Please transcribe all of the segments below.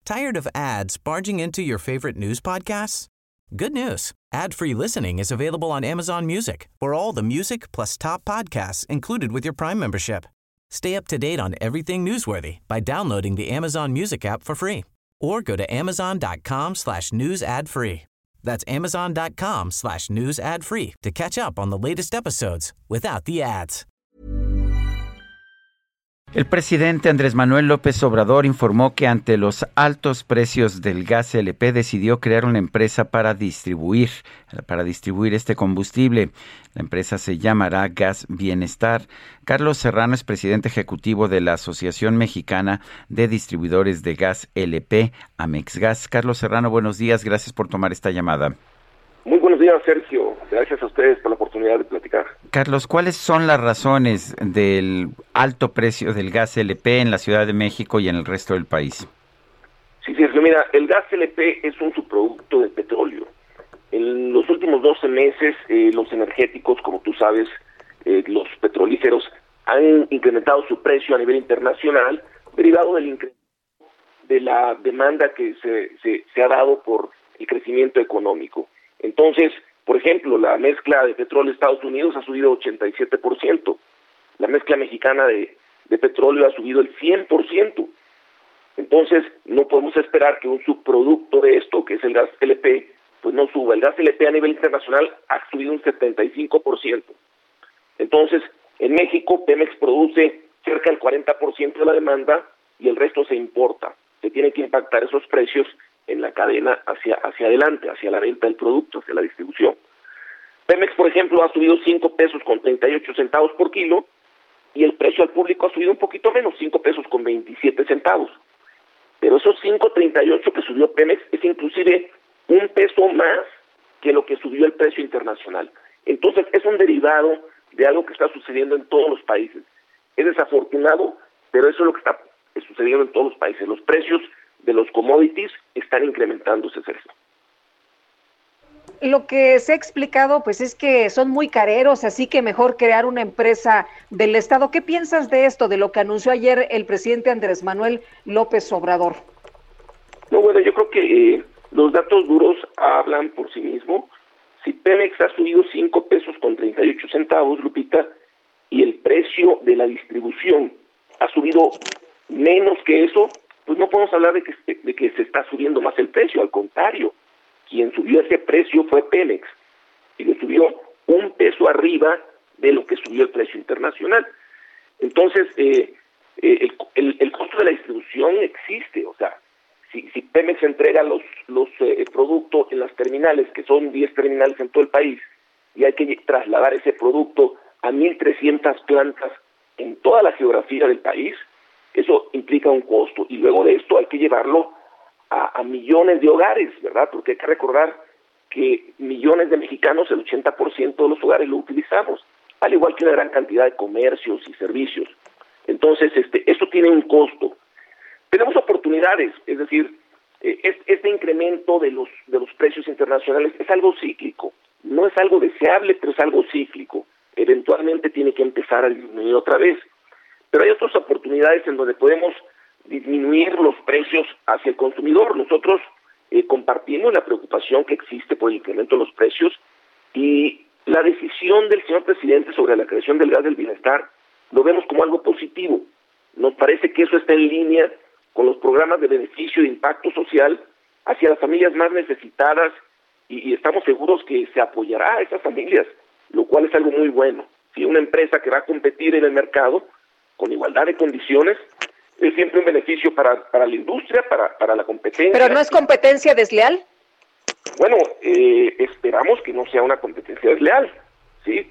Tired of ads barging into your favorite news podcasts? Good news. Ad-free listening is available on Amazon Music for all the music plus top podcasts included with your Prime membership. Stay up to date on everything newsworthy by downloading the Amazon Music app for free or go to amazon.com/news ad free. That's amazon.com/news ad free to catch up on the latest episodes without the ads. El presidente Andrés Manuel López Obrador informó que ante los altos precios del gas LP decidió crear una empresa para distribuir este combustible. La empresa se llamará Gas Bienestar. Carlos Serrano es presidente ejecutivo de la Asociación Mexicana de Distribuidores de Gas LP, Amexgas. Carlos Serrano, buenos días. Gracias por tomar esta llamada. Muy buenos días, Sergio. Gracias a ustedes por la oportunidad de platicar. Carlos, ¿cuáles son las razones del alto precio del gas LP en la Ciudad de México y en el resto del país? Sí, Sergio, mira, el gas LP es un subproducto del petróleo. En los últimos 12 meses, los energéticos, como tú sabes, los petrolíferos, han incrementado su precio a nivel internacional, derivado del incremento de la demanda que se ha dado por el crecimiento económico. Entonces, por ejemplo, la mezcla de petróleo de Estados Unidos ha subido 87%, la mezcla mexicana de petróleo ha subido el 100%. Entonces, no podemos esperar que un subproducto de esto, que es el gas LP, pues no suba. El gas LP a nivel internacional ha subido un 75%. Entonces, en México, Pemex produce cerca del 40% de la demanda y el resto se importa. Se tienen que impactar esos precios en la cadena hacia adelante, hacia la venta del producto, hacia la distribución. Pemex, por ejemplo, ha subido 5 pesos con 38 centavos por kilo y el precio al público ha subido un poquito menos, 5 pesos con 27 centavos. Pero esos 5.38 que subió Pemex es inclusive un peso más que lo que subió el precio internacional. Entonces, es un derivado de algo que está sucediendo en todos los países. Es desafortunado, pero eso es lo que está sucediendo en todos los países. Los precios de los commodities están incrementándose, Sergio. Lo que se ha explicado pues es que son muy careros, así que mejor crear una empresa del Estado. ¿Qué piensas de esto, de lo que anunció ayer el presidente Andrés Manuel López Obrador? No, bueno, yo creo que los datos duros hablan por sí mismos. Si Pemex ha subido 5 pesos con 38 centavos, Lupita, y el precio de la distribución ha subido menos que eso, pues no podemos hablar de que se está subiendo más el precio. Al contrario, quien subió ese precio fue Pemex y le subió un peso arriba de lo que subió el precio internacional. Entonces, el costo de la distribución existe. O sea, si Pemex entrega los productos en las terminales, que son 10 terminales en todo el país, y hay que trasladar ese producto a 1,300 plantas en toda la geografía del país, eso implica un costo, y luego de esto hay que llevarlo a millones de hogares, ¿verdad? Porque hay que recordar que millones de mexicanos, el 80% de los hogares lo utilizamos, al igual que una gran cantidad de comercios y servicios. Entonces, esto tiene un costo. Tenemos oportunidades, es decir, este incremento de los precios internacionales es algo cíclico, no es algo deseable, pero es algo cíclico. Eventualmente tiene que empezar a disminuir otra vez. Pero hay otras oportunidades en donde podemos disminuir los precios hacia el consumidor. Nosotros compartimos la preocupación que existe por el incremento de los precios y la decisión del señor presidente sobre la creación del gas del bienestar lo vemos como algo positivo. Nos parece que eso está en línea con los programas de beneficio y de impacto social hacia las familias más necesitadas y estamos seguros que se apoyará a esas familias, lo cual es algo muy bueno. Si una empresa que va a competir en el mercado con igualdad de condiciones, es siempre un beneficio para la industria, para la competencia. ¿Pero no es competencia desleal? Bueno, esperamos que no sea una competencia desleal, ¿sí?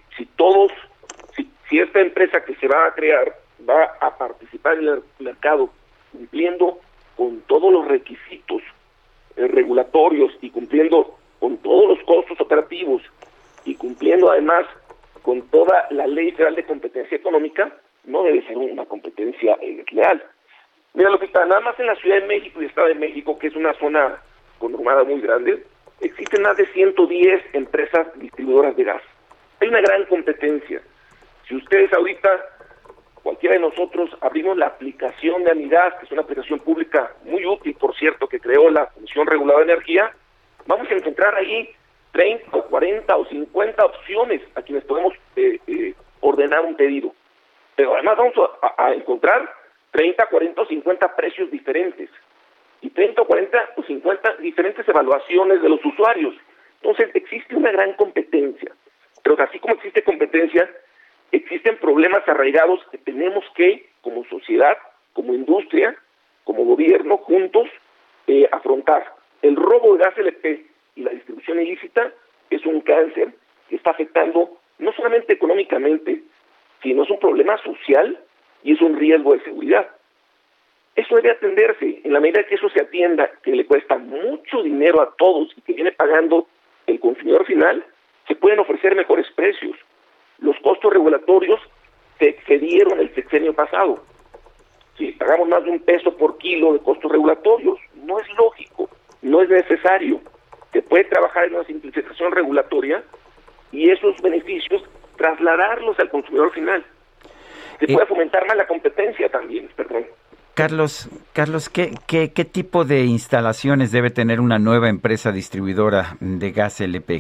Si esta empresa que se va a crear va a participar en el mercado cumpliendo con todos los requisitos regulatorios y cumpliendo con todos los costos operativos y cumpliendo además con toda la ley federal de competencia económica, no debe ser una competencia desleal. Mira, Lupita, nada más en la Ciudad de México y Estado de México, que es una zona conurbada muy grande, existen más de 110 empresas distribuidoras de gas. Hay una gran competencia. Si ustedes ahorita, cualquiera de nosotros, abrimos la aplicación de Amigas, que es una aplicación pública muy útil, por cierto, que creó la Comisión Reguladora de Energía, vamos a encontrar ahí 30 o 40 o 50 opciones a quienes podemos ordenar un pedido. Pero además vamos a encontrar 30, 40 o 50 precios diferentes. Y 30 o 40 o 50 diferentes evaluaciones de los usuarios. Entonces existe una gran competencia. Pero así como existe competencia, existen problemas arraigados que tenemos que, como sociedad, como industria, como gobierno, juntos, afrontar. El robo de gas LP y la distribución ilícita es un cáncer que está afectando no solamente económicamente, sino es un problema social y es un riesgo de seguridad. Eso debe atenderse. En la medida que eso se atienda, que le cuesta mucho dinero a todos y que viene pagando el consumidor final, se pueden ofrecer mejores precios. Los costos regulatorios se excedieron el sexenio pasado. Si pagamos más de $1 por kilo de costos regulatorios, no es lógico, no es necesario. Se puede trabajar en una simplificación regulatoria y esos beneficios trasladarlos al consumidor final. Se puede fomentar más la competencia también, perdón. Carlos, ¿qué tipo de instalaciones debe tener una nueva empresa distribuidora de gas LP?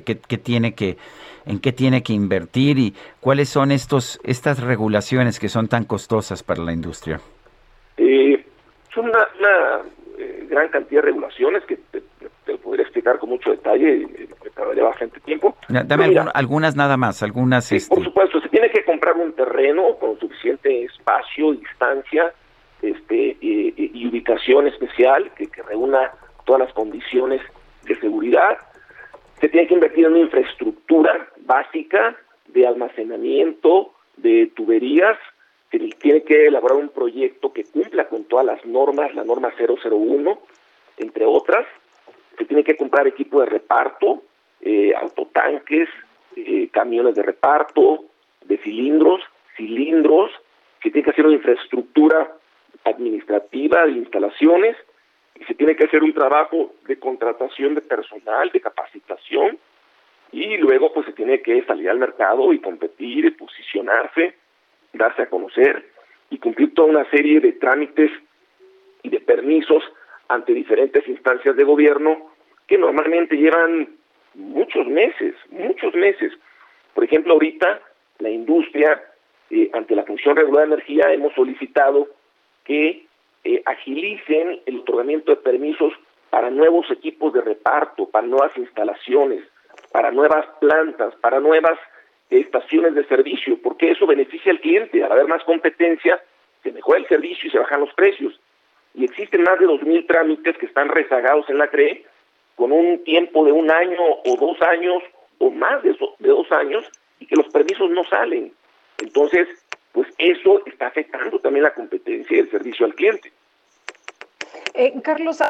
¿En qué tiene que invertir y cuáles son estas regulaciones que son tan costosas para la industria? Son una gran cantidad de regulaciones que te podría explicar con mucho detalle, me tardaría bastante tiempo. Dame algunas nada más, algunas. Sí, por supuesto, se tiene que comprar un terreno con suficiente espacio, distancia, y ubicación especial que reúna todas las condiciones de seguridad. Se tiene que invertir en una infraestructura básica de almacenamiento, de tuberías. Se tiene que elaborar un proyecto que cumpla con todas las normas, la norma 001, entre otras. Se tiene que comprar equipo de reparto, autotanques, camiones de reparto, de cilindros. Se tiene que hacer una infraestructura administrativa de instalaciones y se tiene que hacer un trabajo de contratación de personal, de capacitación, y luego pues se tiene que salir al mercado y competir y posicionarse, darse a conocer y cumplir toda una serie de trámites y de permisos ante diferentes instancias de gobierno que normalmente llevan muchos meses. Por ejemplo, ahorita la industria, ante la Comisión Reguladora de Energía, hemos solicitado que agilicen el otorgamiento de permisos para nuevos equipos de reparto, para nuevas instalaciones, para nuevas plantas, para nuevas estaciones de servicio, porque eso beneficia al cliente. Al haber más competencia, se mejora el servicio y se bajan los precios. Y existen más de 2,000 trámites que están rezagados en la CRE, con un tiempo de 1 año o 2 años, o más de 2 años, y que los permisos no salen. Entonces, pues eso está afectando también la competencia y el servicio al cliente. Carlos,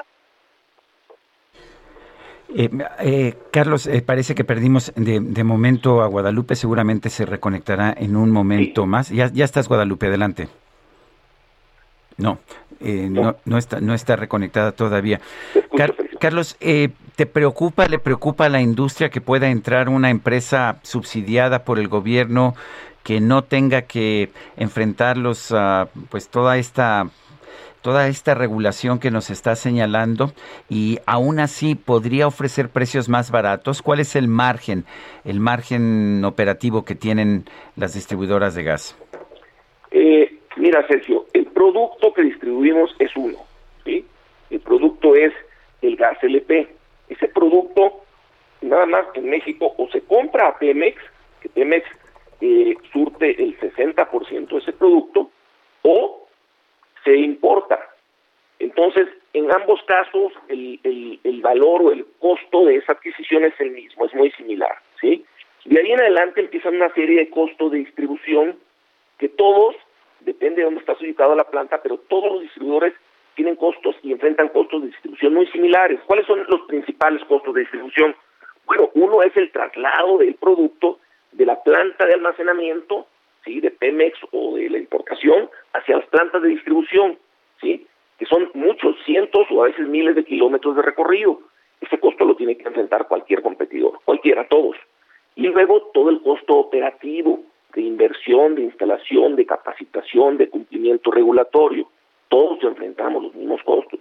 parece que perdimos de momento a Guadalupe, seguramente se reconectará en un momento más. Ya estás, Guadalupe, adelante. No está reconectada todavía. Carlos, le preocupa a la industria que pueda entrar una empresa subsidiada por el gobierno que no tenga que enfrentar toda esta regulación que nos está señalando y aún así podría ofrecer precios más baratos? ¿Cuál es el margen operativo que tienen las distribuidoras de gas? Mira, Sergio, el producto que distribuimos es uno, ¿sí? El producto es el gas LP. Ese producto, nada más en México, o se compra a Pemex, que Pemex surte el 60% de ese producto, o se importa. Entonces, en ambos casos, el valor o el costo de esa adquisición es el mismo, es muy similar, ¿sí? De ahí en adelante empiezan una serie de costos de distribución que todos, depende de dónde está ubicada la planta, pero todos los distribuidores tienen costos y enfrentan costos de distribución muy similares. ¿Cuáles son los principales costos de distribución? Bueno, uno es el traslado del producto de la planta de almacenamiento, ¿sí?, de Pemex o de la importación, hacia las plantas de distribución, ¿sí?, que son muchos cientos o a veces miles de kilómetros de recorrido. Ese costo lo tiene que enfrentar cualquier competidor, todos. Y luego todo el costo operativo, de inversión, de instalación, de capacitación, de cumplimiento regulatorio. Todos enfrentamos los mismos costos.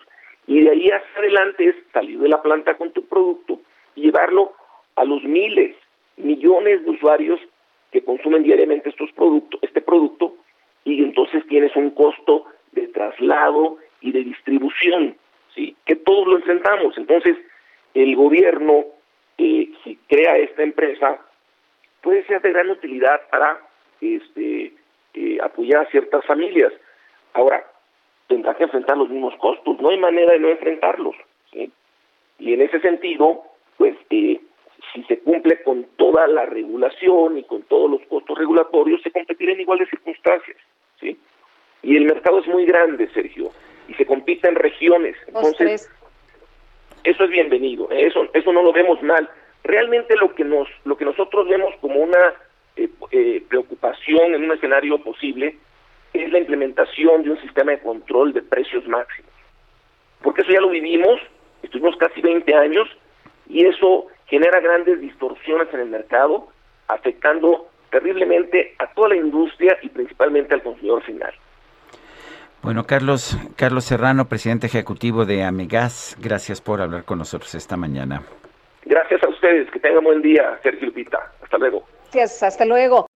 Y de ahí hacia adelante es salir de la planta con tu producto y llevarlo a los miles, millones de usuarios que consumen diariamente este producto, y entonces tienes un costo de traslado y de distribución, ¿sí? Que todos lo enfrentamos. Entonces, el gobierno, si crea esta empresa, puede ser de gran utilidad para apoyar a ciertas familias. Ahora, tendrá que enfrentar los mismos costos, no hay manera de no enfrentarlos, ¿sí? Y en ese sentido, pues, si se cumple con toda la regulación y con todos los costos regulatorios, se competirá en iguales circunstancias, ¿sí? Y el mercado es muy grande, Sergio, y se compite en regiones, entonces eso es bienvenido, eso no lo vemos mal. Realmente lo que nosotros vemos como una preocupación en un escenario posible es la implementación de un sistema de control de precios máximos, porque eso ya lo vivimos, estuvimos casi 20 años, y eso genera grandes distorsiones en el mercado, afectando terriblemente a toda la industria y principalmente al consumidor final. Bueno, Carlos Serrano, presidente ejecutivo de Amegas, gracias por hablar con nosotros esta mañana. Gracias a ustedes, que tengan buen día, Sergio Lupita. Hasta luego. Gracias, hasta luego.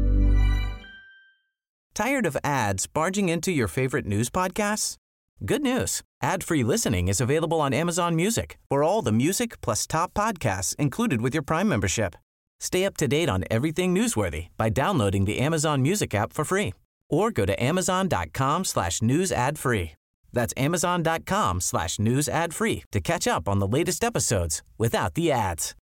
Tired of ads barging into your favorite news podcasts? Good news. Ad-free listening is available on Amazon Music for all the music plus top podcasts included with your Prime membership. Stay up to date on everything newsworthy by downloading the Amazon Music app for free or go to amazon.com/news ad free. That's amazon.com/news ad free to catch up on the latest episodes without the ads.